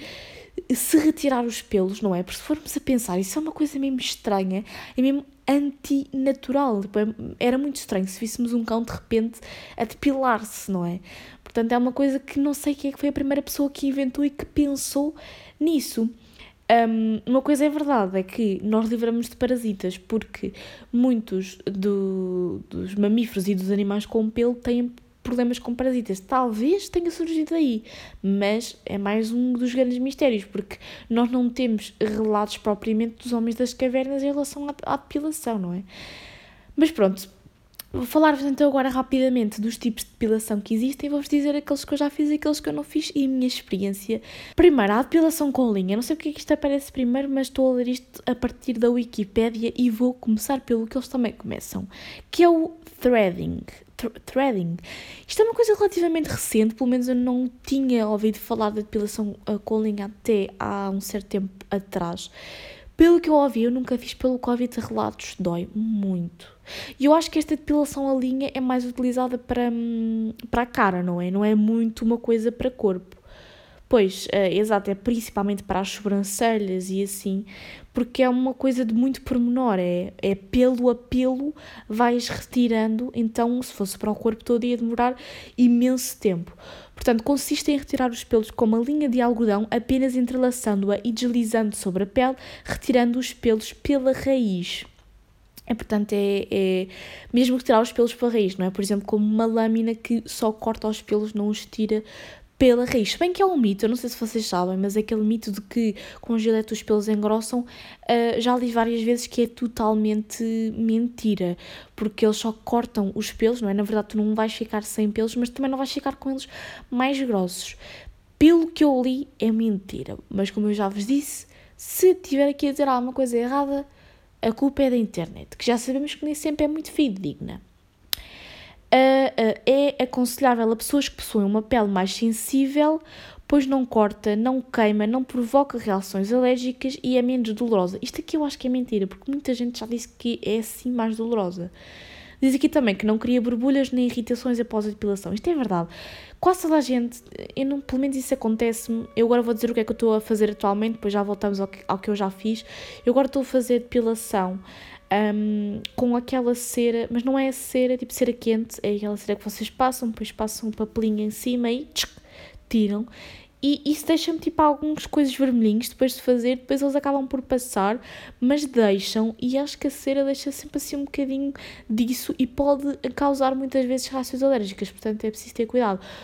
se retirar os pelos, não é? Porque se formos a pensar, isso é uma coisa mesmo estranha, é mesmo antinatural. Era muito estranho se víssemos um cão de repente a depilar-se, não é? Portanto, é uma coisa que não sei quem é que foi a primeira pessoa que inventou e que pensou nisso. Um, uma coisa é verdade, é que nós livramos de parasitas porque muitos do, dos mamíferos e dos animais com pelo têm problemas com parasitas. Talvez tenha surgido aí, mas é mais um dos grandes mistérios, porque nós não temos relatos propriamente dos homens das cavernas em relação à, à depilação, não é? Mas pronto, vou falar-vos então agora rapidamente dos tipos de depilação que existem e vou-vos dizer aqueles que eu já fiz e aqueles que eu não fiz e a minha experiência. Primeiro, a depilação com linha. Não sei porque é que isto aparece primeiro, mas estou a ler isto a partir da Wikipédia e vou começar pelo que eles também começam, que é o threading. Threading. Isto é uma coisa relativamente recente, pelo menos eu não tinha ouvido falar da depilação com linha até há um certo tempo atrás. Pelo que eu ouvi, eu nunca fiz, pelo que eu ouvi de relatos, dói muito. E eu acho que esta depilação a linha é mais utilizada para, para a cara, não é? Não é muito uma coisa para corpo. Pois, é, exato, é principalmente para as sobrancelhas e assim, porque é uma coisa de muito pormenor, é, é pelo a pelo, vais retirando, então se fosse para o corpo todo ia demorar imenso tempo. Portanto, consiste em retirar os pelos com uma linha de algodão, apenas entrelaçando-a e deslizando sobre a pele, retirando os pelos pela raiz. É, portanto, é, é mesmo retirar os pelos pela raiz, não é? Por exemplo, como uma lâmina que só corta os pelos, não os tira pela raiz. Se bem que é um mito, eu não sei se vocês sabem, mas aquele mito de que com o gilete os pelos engrossam, uh, já li várias vezes que é totalmente mentira, porque eles só cortam os pelos, não é? Na verdade tu não vais ficar sem pelos, mas também não vais ficar com eles mais grossos. Pelo que eu li, é mentira, mas como eu já vos disse, se tiver aqui a dizer alguma coisa errada, a culpa é da internet, que já sabemos que nem sempre é muito fidedigna. Uh, uh, é aconselhável a pessoas que possuem uma pele mais sensível, pois não corta, não queima, não provoca reações alérgicas e é menos dolorosa. Isto aqui eu acho que é mentira, porque muita gente já disse que é assim mais dolorosa. Diz aqui também que não cria borbulhas nem irritações após a depilação. Isto é verdade. Quase toda a gente, eu não, pelo menos isso acontece-me. Eu agora vou dizer o que é que eu estou a fazer atualmente, depois já voltamos ao que, ao que eu já fiz. Eu agora estou a fazer depilação Um, com aquela cera, mas não é a cera, tipo cera quente, é aquela cera que vocês passam, depois passam um papelinho em cima e tchic, tiram, e isso deixa-me tipo alguns coisas vermelhinhos depois de fazer, depois eles acabam por passar, mas deixam, e acho que a cera deixa sempre assim um bocadinho disso e pode causar muitas vezes reações alérgicas, portanto é preciso ter cuidado.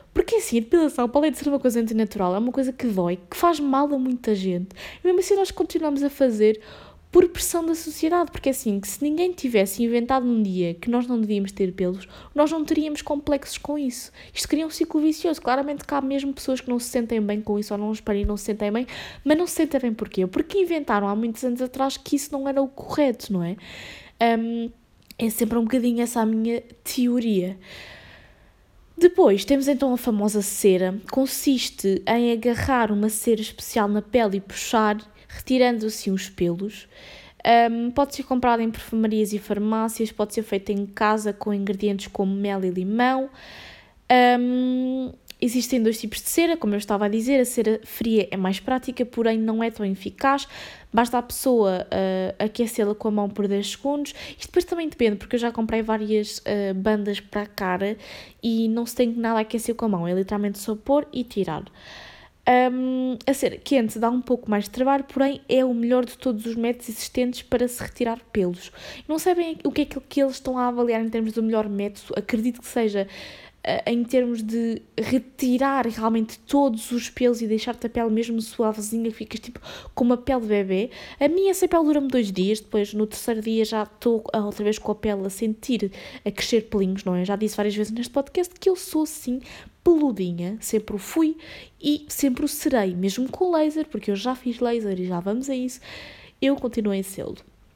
Porque assim, a depilação, para além de ser uma coisa antinatural, é uma coisa que dói, que faz mal a muita gente. E mesmo assim nós continuamos a fazer por pressão da sociedade, porque assim, que se ninguém tivesse inventado um dia que nós não devíamos ter pelos, nós não teríamos complexos com isso. Isto cria um ciclo vicioso. Claramente que há mesmo pessoas que não se sentem bem com isso, ou não esperem, não se sentem bem, mas não se sentem bem porquê? Porque inventaram há muitos anos atrás que isso não era o correto, não é? Um, é sempre um bocadinho essa a minha teoria. Depois temos então a famosa cera, consiste em agarrar uma cera especial na pele e puxar, retirando assim os pelos. Um, pode ser comprado em perfumarias e farmácias, pode ser feito em casa com ingredientes como mel e limão. Um, existem dois tipos de cera, como eu estava a dizer, a cera fria é mais prática, porém não é tão eficaz. Basta a pessoa uh, aquecê-la com a mão por dez segundos. Isto depois também depende, porque eu já comprei várias uh, bandas para a cara e não se tem nada a aquecer com a mão, é literalmente só pôr e tirar. Um, a cera quente dá um pouco mais de trabalho, porém é o melhor de todos os métodos existentes para se retirar pelos. Não sabem o que é que eles estão a avaliar em termos do melhor método, acredito que seja uh, em termos de retirar realmente todos os pelos e deixar-te a pele mesmo suavezinha, que ficas tipo com uma pele de bebê. A minha essa pele dura-me dois dias, depois no terceiro dia já estou outra vez com a pele a sentir, a crescer pelinhos, não é? Já disse várias vezes neste podcast que eu sou assim peludinha, sempre o fui e sempre o serei, mesmo com laser, porque eu já fiz laser e já vamos a isso, eu continuo a sê-lo.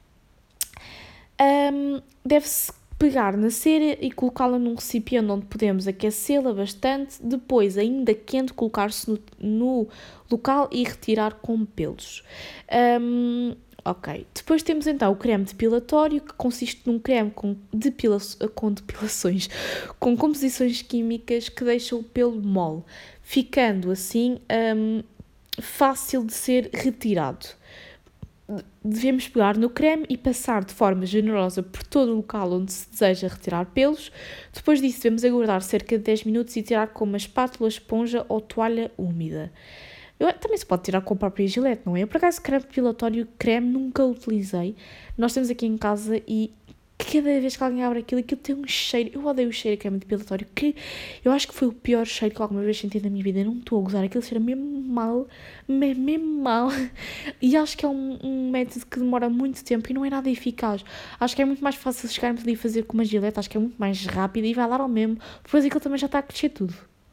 Um, deve-se pegar na cera e colocá-la num recipiente onde podemos aquecê-la bastante, depois, ainda quente, colocar-se no, no local e retirar com pelos. Um, Ok, depois temos então o creme depilatório, que consiste num creme com, depila com depilações, com composições químicas que deixam o pelo mole, ficando assim um, fácil de ser retirado. Devemos pegar no creme e passar de forma generosa por todo o local onde se deseja retirar pelos. Depois disso devemos aguardar cerca de dez minutos e tirar com uma espátula, esponja ou toalha úmida. Eu, também se pode tirar com a própria Gillette, não é? Eu, por acaso, creme depilatório, creme, nunca utilizei. Nós temos aqui em casa e cada vez que alguém abre aquilo, aquilo tem um cheiro. Eu odeio o cheiro de creme depilatório, que eu acho que foi o pior cheiro que alguma vez senti na minha vida. Eu não estou a gozar, aquilo cheira mesmo mal, mesmo, mesmo mal. E acho que é um, um método que demora muito tempo e não é nada eficaz. Acho que é muito mais fácil chegarmos ali e fazer com uma Gillette, acho que é muito mais rápido e vai dar ao mesmo. Depois aquilo também já está a crescer tudo.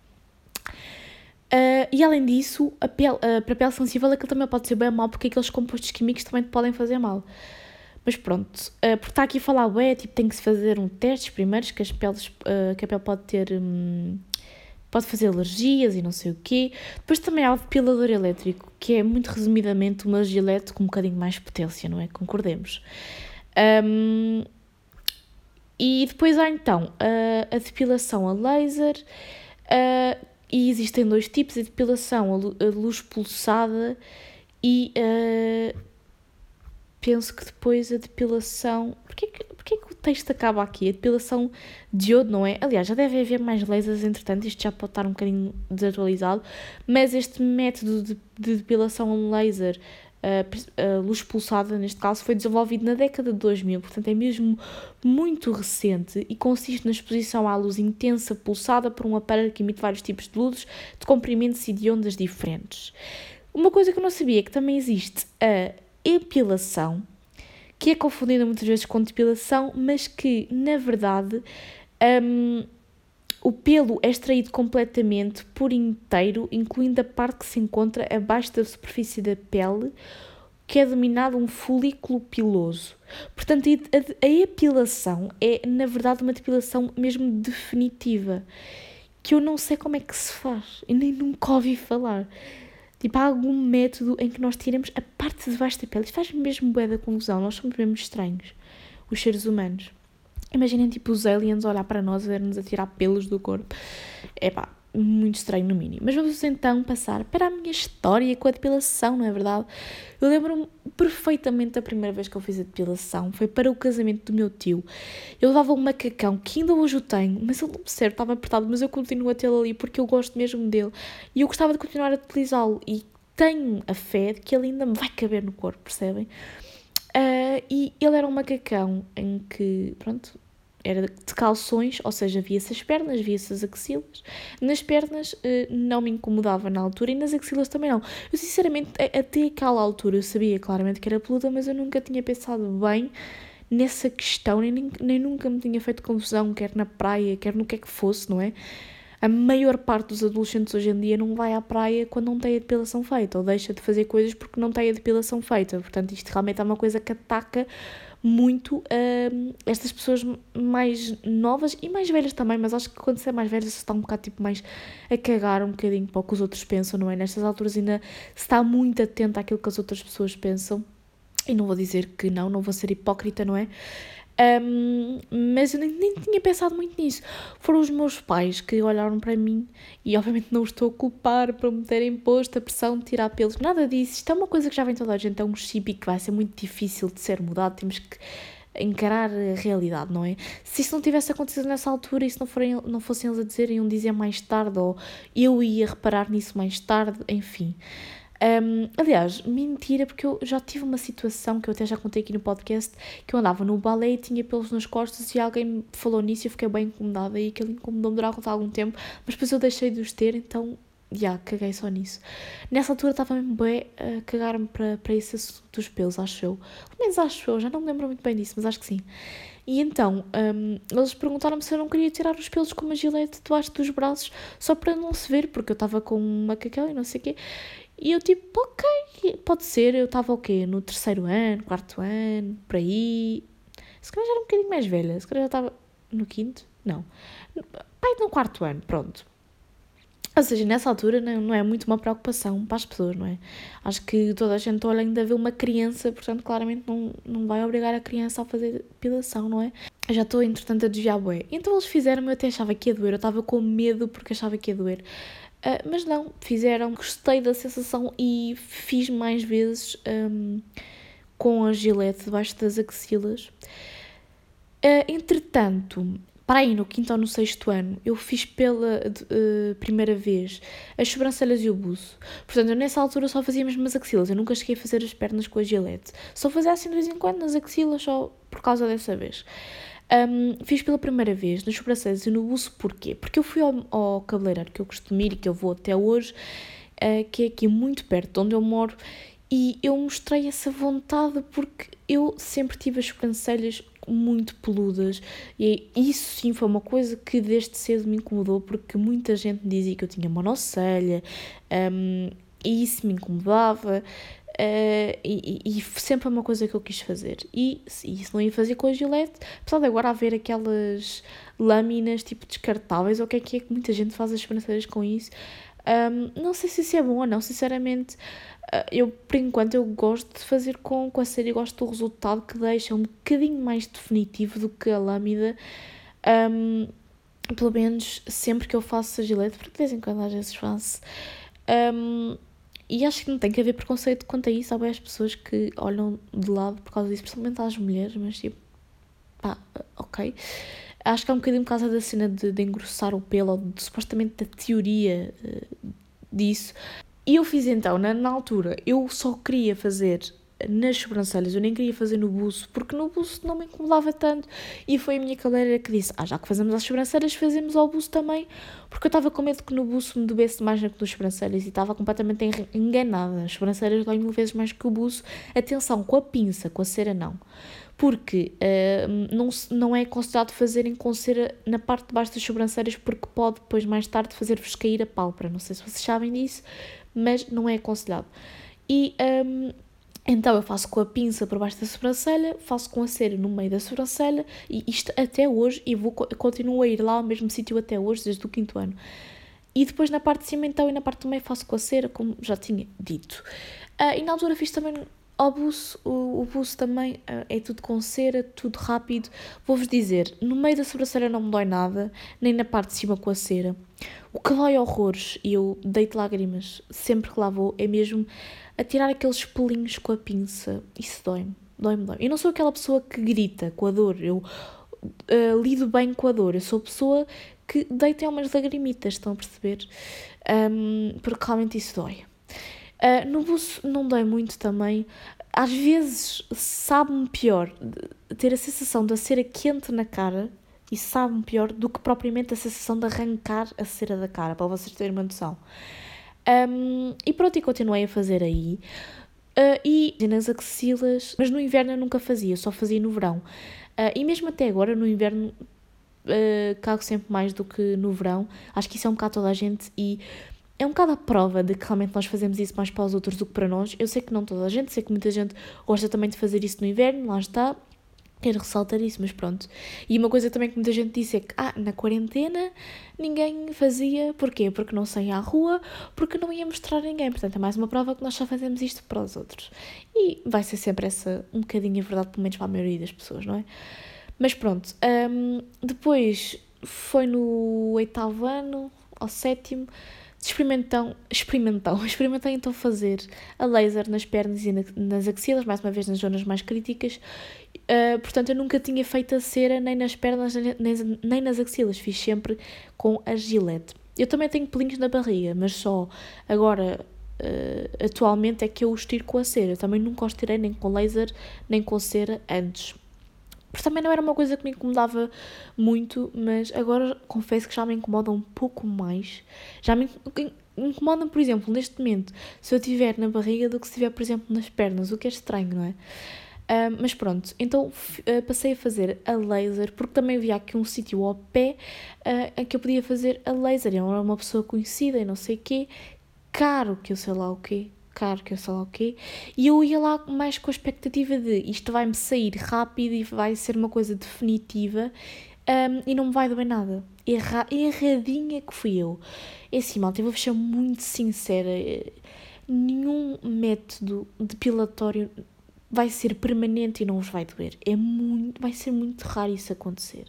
Uh, e além disso, a pele, uh, para a pele sensível aquilo também pode ser bem mal, porque aqueles compostos químicos também te podem fazer mal. Mas pronto, uh, porque está aqui a falar, ué, tipo, tem que se fazer um teste primeiros, que, as peles, uh, que a pele pode ter, um, pode fazer alergias e não sei o quê. Depois também há o depilador elétrico, que é muito resumidamente uma Gillette com um bocadinho mais potência, não é? Concordemos. Um, e depois há então a, a depilação a laser, uh, e existem dois tipos, a depilação a luz pulsada e uh, penso que depois a depilação... Porquê que, porquê que o texto acaba aqui? A depilação diodo, não é? Aliás, já deve haver mais lasers, entretanto, isto já pode estar um bocadinho desatualizado, mas este método de, de depilação laser, a uh, luz pulsada, neste caso, foi desenvolvido na década de dois mil, portanto é mesmo muito recente e consiste na exposição à luz intensa pulsada por um aparelho que emite vários tipos de luzes, de comprimentos e de ondas diferentes. Uma coisa que eu não sabia é que também existe a epilação, que é confundida muitas vezes com depilação, mas que, na verdade, um, o pelo é extraído completamente por inteiro, incluindo a parte que se encontra abaixo da superfície da pele, que é denominado um folículo piloso. Portanto, a, a epilação é, na verdade, uma depilação mesmo definitiva, que eu não sei como é que se faz, e nem nunca ouvi falar. Tipo, há algum método em que nós tiremos a parte de baixo da pele. Isto faz mesmo bué da confusão, nós somos mesmo estranhos, os seres humanos. Imaginem, tipo, os aliens olhar para nós e ver-nos a tirar pelos do corpo. É pá, muito estranho no mínimo. Mas vamos então passar para a minha história com a depilação, não é verdade? Eu lembro-me perfeitamente da primeira vez que eu fiz a depilação. Foi para o casamento do meu tio. Eu levava um macacão, que ainda hoje o tenho, mas ele não me serve, estava apertado, mas eu continuo a tê-lo ali porque eu gosto mesmo dele. E eu gostava de continuar a utilizá-lo. E tenho a fé de que ele ainda me vai caber no corpo, percebem? Uh, e ele era um macacão em que, pronto, era de calções, ou seja, via-se as pernas, via-se as axilas. Nas pernas eh, não me incomodava na altura e nas axilas também não. Eu sinceramente, até aquela altura eu sabia claramente que era peluda, mas eu nunca tinha pensado bem nessa questão, nem, nem nunca me tinha feito confusão, quer na praia, quer no que é que fosse, não é? A maior parte dos adolescentes hoje em dia não vai à praia quando não tem a depilação feita, ou deixa de fazer coisas porque não tem a depilação feita. Portanto, isto realmente é uma coisa que ataca muito uh, estas pessoas mais novas e mais velhas também, mas acho que quando se é mais velha se está um bocado tipo mais a cagar um bocadinho para o que os outros pensam, não é? Nestas alturas ainda se está muito atento àquilo que as outras pessoas pensam, e não vou dizer que não, não vou ser hipócrita, não é? Um, mas eu nem, nem tinha pensado muito nisso. Foram os meus pais que olharam para mim, e obviamente não os estou a culpar por me terem posto a pressão de tirar pelos, nada disso. Isto é uma coisa que já vem toda a gente, é um chip e que vai ser muito difícil de ser mudado. Temos que encarar a realidade, não é? Se isso não tivesse acontecido nessa altura e se não, forem, não fossem eles a dizer, iam dizer mais tarde, ou eu ia reparar nisso mais tarde, enfim. Um, aliás, mentira, porque eu já tive uma situação que eu até já contei aqui no podcast, que eu andava no balé e tinha pelos nas costas e alguém me falou nisso e eu fiquei bem incomodada e aquilo incomodou-me durante algum tempo, mas depois eu deixei de os ter, então, já, yeah, caguei só nisso. Nessa altura estava mesmo bem a cagar-me para, para esse assunto dos pelos, acho eu. Pelo menos acho eu, já não me lembro muito bem disso, mas acho que sim. E então, um, eles perguntaram-me se eu não queria tirar os pelos com uma gilete debaixo dos braços, só para não se ver, porque eu estava com uma caquela e não sei o quê. E eu tipo, ok, pode ser, eu estava o quê? No terceiro ano, quarto ano, por aí. Se calhar já era um bocadinho mais velha, se calhar já estava no quinto, não. Pai, no quarto ano, pronto. Ou seja, nessa altura não, não é muito uma preocupação para as pessoas, não é? Acho que toda a gente olha ainda vê uma criança, portanto claramente não, não vai obrigar a criança a fazer depilação, não é? Eu já estou, entretanto, a desviar bué. Então eles fizeram, eu até achava que ia doer, eu estava com medo porque achava que ia doer. Uh, mas não, fizeram, gostei da sensação e fiz mais vezes um, com a gilete debaixo das axilas. Uh, entretanto, para aí no quinto ou no sexto ano, eu fiz pela uh, primeira vez as sobrancelhas e o buço. Portanto, eu nessa altura só fazia mesmo as axilas, eu nunca cheguei a fazer as pernas com a gilete. Só fazia assim de vez em quando nas axilas, só por causa dessa vez. Um, fiz pela primeira vez nas sobrancelhas e no buço, porquê? Porque eu fui ao, ao cabeleireiro que eu costumo ir e que eu vou até hoje, uh, que é aqui muito perto de onde eu moro, e eu mostrei essa vontade porque eu sempre tive as sobrancelhas muito peludas e isso sim foi uma coisa que desde cedo me incomodou, porque muita gente me dizia que eu tinha monocelha, um, e isso me incomodava. Uh, e, e, e sempre é uma coisa que eu quis fazer e, e isso não ia fazer com a gilete, apesar de agora haver aquelas lâminas tipo descartáveis ou o que é que é que muita gente faz as sobrancelhas com isso. Um, não sei se isso é bom ou não, sinceramente. Uh, eu por enquanto eu gosto de fazer com, com a cera e gosto do resultado que deixa um bocadinho mais definitivo do que a lâmina, um, pelo menos sempre que eu faço a gilete, porque de vez em quando às vezes faço. um, E acho que não tem que haver preconceito quanto a isso. Há as pessoas que olham de lado por causa disso, principalmente às mulheres, mas tipo, pá, ok. Acho que é um bocadinho por causa da cena de, de engrossar o pelo, ou de, supostamente da teoria uh, disso. E eu fiz então, na, na altura, eu só queria fazer nas sobrancelhas, eu nem queria fazer no buço, porque no buço não me incomodava tanto, e foi a minha cabeleireira que disse, ah, já que fazemos as sobrancelhas, fazemos ao buço também, porque eu estava com medo que no buço me doesse mais do que nas sobrancelhas, e estava completamente enganada, as sobrancelhas doem mil vezes mais que o buço. Atenção, com a pinça, com a cera não, porque uh, não, não é aconselhado fazerem com cera na parte de baixo das sobrancelhas, porque pode depois mais tarde fazer-vos cair a pálpebra, não sei se vocês sabem disso, mas não é aconselhado. E um, então eu faço com a pinça por baixo da sobrancelha, faço com a cera no meio da sobrancelha, e isto até hoje, e vou, continuo a ir lá ao mesmo sítio até hoje, desde o quinto ano. E depois na parte de cima então e na parte do meio faço com a cera, como já tinha dito. Uh, e na altura fiz também ao buço, o, o buço também uh, é tudo com cera, tudo rápido. Vou-vos dizer, no meio da sobrancelha não me dói nada, nem na parte de cima com a cera. O que dói horrores, e eu deito lágrimas sempre que lá vou, é mesmo a tirar aqueles pelinhos com a pinça. Isso dói-me, dói-me, dói-me. Eu não sou aquela pessoa que grita com a dor, eu uh, lido bem com a dor. Eu sou a pessoa que deita umas lagrimitas, estão a perceber? Um, porque realmente isso dói. Uh, no buço não dói muito também. Às vezes sabe-me pior ter a sensação da cera quente na cara, e sabe pior do que propriamente a sensação de arrancar a cera da cara, para vocês terem uma noção. Um, e pronto, e continuei a fazer aí. Uh, e nas axilas, mas no inverno eu nunca fazia, só fazia no verão. Uh, e mesmo até agora, no inverno, uh, cago sempre mais do que no verão. Acho que isso é um bocado toda a gente e é um bocado a prova de que realmente nós fazemos isso mais para os outros do que para nós. Eu sei que não toda a gente, sei que muita gente gosta também de fazer isso no inverno, lá está. Quero ressaltar isso, mas pronto. E uma coisa também que muita gente disse é que ah, na quarentena ninguém fazia. Porquê? Porque não saía à rua, porque não ia mostrar a ninguém. Portanto, é mais uma prova que nós só fazemos isto para os outros. E vai ser sempre essa, um bocadinho a verdade, pelo menos para a maioria das pessoas, não é? Mas pronto. Um, depois foi no oitavo ano, ao sétimo, experimentam, experimentam, experimentei então fazer a laser nas pernas e na, nas axilas, mais uma vez nas zonas mais críticas. Uh, portanto, eu nunca tinha feito a cera nem nas pernas nem, nem, nem nas axilas, fiz sempre com a Gillette. Eu também tenho pelinhos na barriga, mas só agora, uh, atualmente, é que eu os tiro com a cera. Eu também nunca os tirei nem com laser, nem com cera antes. Porque também não era uma coisa que me incomodava muito, mas agora confesso que já me incomoda um pouco mais. Já me incomoda, por exemplo, neste momento, se eu estiver na barriga do que se estiver, por exemplo, nas pernas, o que é estranho, não é? Uh, mas pronto, então uh, passei a fazer a laser, porque também havia aqui um sítio ao pé uh, em que eu podia fazer a laser. Eu era uma pessoa conhecida e não sei o quê, caro que eu sei lá o quê, caro que eu sei lá o quê, e eu ia lá mais com a expectativa de isto vai-me sair rápido e vai ser uma coisa definitiva um, e não me vai doer nada. Erra, erradinha que fui eu. É assim, malta, eu vou ser muito sincera, nenhum método depilatório vai ser permanente e não vos vai doer. É muito, vai ser muito raro isso acontecer.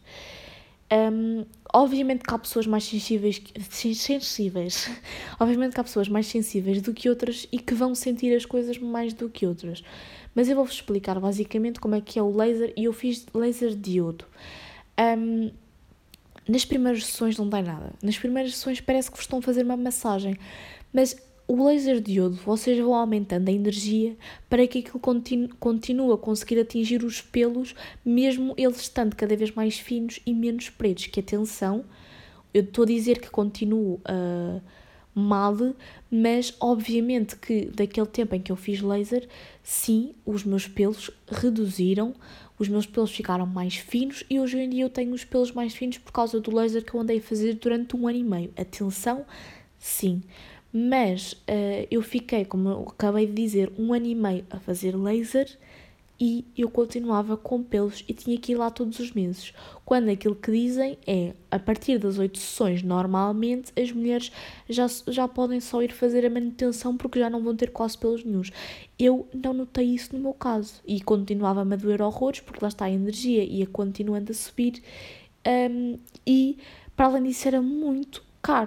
Um, obviamente que há pessoas mais sensíveis, sensíveis, obviamente que há pessoas mais sensíveis do que outras e que vão sentir as coisas mais do que outras. Mas eu vou-vos explicar basicamente como é que é o laser e eu fiz laser diodo. Um, nas primeiras sessões não dá nada. Nas primeiras sessões parece que vos estão a fazer uma massagem, mas o laser diodo, vocês vão aumentando a energia para que aquilo continue, continue a conseguir atingir os pelos, mesmo eles estando cada vez mais finos e menos pretos. Que atenção, eu estou a dizer que continuo uh, mal, mas obviamente que daquele tempo em que eu fiz laser, sim, os meus pelos reduziram, os meus pelos ficaram mais finos e hoje em dia eu tenho os pelos mais finos por causa do laser que eu andei a fazer durante um ano e meio. Atenção, sim. Mas uh, eu fiquei, como eu acabei de dizer, um ano e meio a fazer laser e eu continuava com pelos e tinha que ir lá todos os meses. Quando aquilo que dizem é, a partir das oito sessões, normalmente, as mulheres já, já podem só ir fazer a manutenção porque já não vão ter quase pelos nenhuns. Eu não notei isso no meu caso e continuava-me a doer horrores porque lá está a energia ia continuando a subir um, e, para além disso, era muito caro.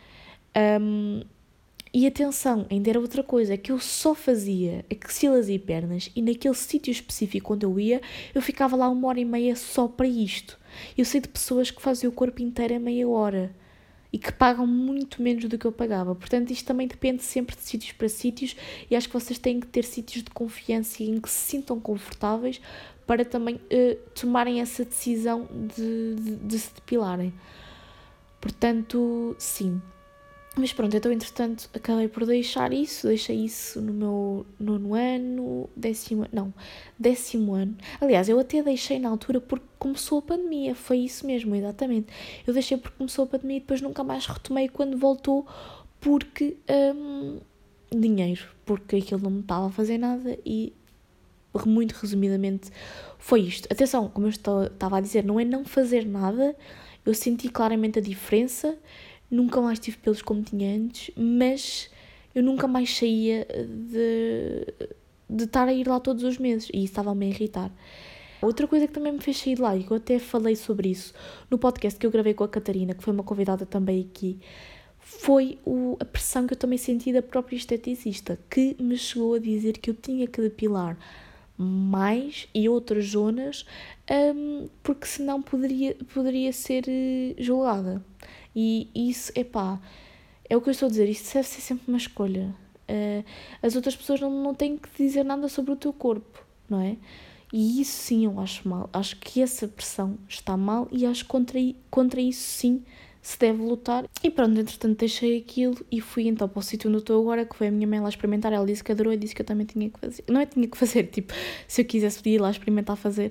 Um, E atenção, ainda era outra coisa, que eu só fazia axilas e pernas e naquele sítio específico onde eu ia, eu ficava lá uma hora e meia só para isto. Eu sei de pessoas que fazem o corpo inteiro em meia hora e que pagam muito menos do que eu pagava. Portanto, isto também depende sempre de sítios para sítios e acho que vocês têm que ter sítios de confiança em que se sintam confortáveis para também uh, tomarem essa decisão de, de, de se depilarem. Portanto, sim. Mas pronto, então entretanto acabei por deixar isso, deixei isso no meu nono ano, décimo, não, décimo ano. Aliás, eu até deixei na altura porque começou a pandemia, foi isso mesmo, exatamente. Eu deixei porque começou a pandemia e depois nunca mais retomei quando voltou porque, hum, dinheiro, porque aquilo não me estava a fazer nada e, muito resumidamente, foi isto. Atenção, como eu estava a dizer, não é não fazer nada, eu senti claramente a diferença. Nunca mais tive pelos como tinha antes, mas eu nunca mais saía de, de estar a ir lá todos os meses e isso estava-me a irritar. Outra coisa que também me fez sair de lá, e que eu até falei sobre isso no podcast que eu gravei com a Catarina, que foi uma convidada também aqui, foi o, a pressão que eu também senti da própria esteticista, que me chegou a dizer que eu tinha que depilar mais e outras zonas, um, porque senão poderia, poderia ser julgada. E isso, epá, é o que eu estou a dizer, isso deve ser sempre uma escolha. Uh, as outras pessoas não, não têm que dizer nada sobre o teu corpo, não é? E isso sim eu acho mal. Acho que essa pressão está mal e acho que contra, contra isso sim se deve lutar. E pronto, entretanto deixei aquilo e fui então para o sítio onde eu estou agora, que foi a minha mãe lá experimentar. Ela disse que adorou e disse que eu também tinha que fazer. Não é tinha que fazer, tipo, se eu quisesse podia ir lá experimentar fazer.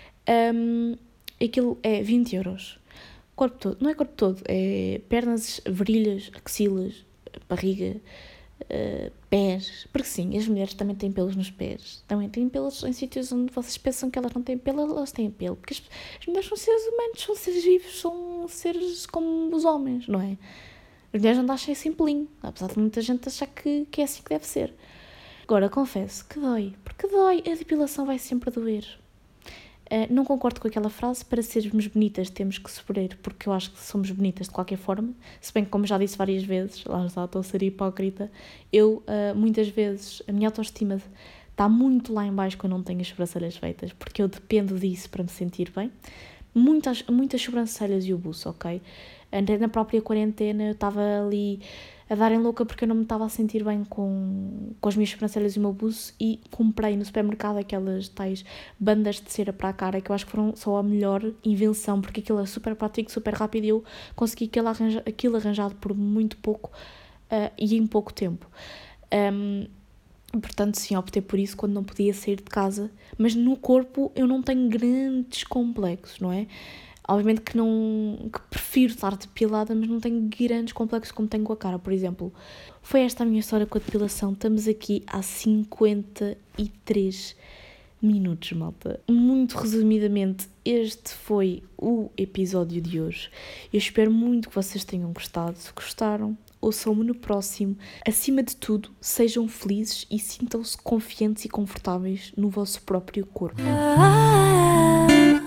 Um, aquilo é vinte euros. Corpo todo. Não é corpo todo, é pernas, virilhas, axilas, barriga, uh, pés. Porque sim, as mulheres também têm pelos nos pés. Também têm pelos em sítios onde vocês pensam que elas não têm pelo, elas têm pelo. Porque as, as mulheres são seres humanos, são seres vivos, são seres como os homens, não é? As mulheres não acham sem pelinho, apesar de muita gente achar que, que é assim que deve ser. Agora, confesso que dói, porque dói, a depilação vai sempre doer. Uh, não concordo com aquela frase, para sermos bonitas temos que sofrer, porque eu acho que somos bonitas de qualquer forma, se bem que, como já disse várias vezes, lá está, estou a ser hipócrita, eu uh, muitas vezes, a minha autoestima está muito lá em baixo quando eu não tenho as sobrancelhas feitas, porque eu dependo disso para me sentir bem. Muitas, muitas sobrancelhas e o buço, ok? Até na própria quarentena eu estava ali a darem louca porque eu não me estava a sentir bem com, com as minhas sobrancelhas e o meu buço, e comprei no supermercado aquelas tais bandas de cera para a cara, que eu acho que foram só a melhor invenção, porque aquilo é super prático, super rápido, e eu consegui aquilo, arranja, aquilo arranjado por muito pouco uh, e em pouco tempo. Um, portanto, sim, optei por isso quando não podia sair de casa, mas no corpo eu não tenho grandes complexos, não é? Obviamente que não que prefiro estar depilada, mas não tenho grandes complexos como tenho com a cara, por exemplo. Foi esta a minha história com a depilação. Estamos aqui há cinquenta e três minutos, malta. Muito resumidamente, este foi o episódio de hoje. Eu espero muito que vocês tenham gostado. Se gostaram, ouçam-me no próximo. Acima de tudo, sejam felizes e sintam-se confiantes e confortáveis no vosso próprio corpo.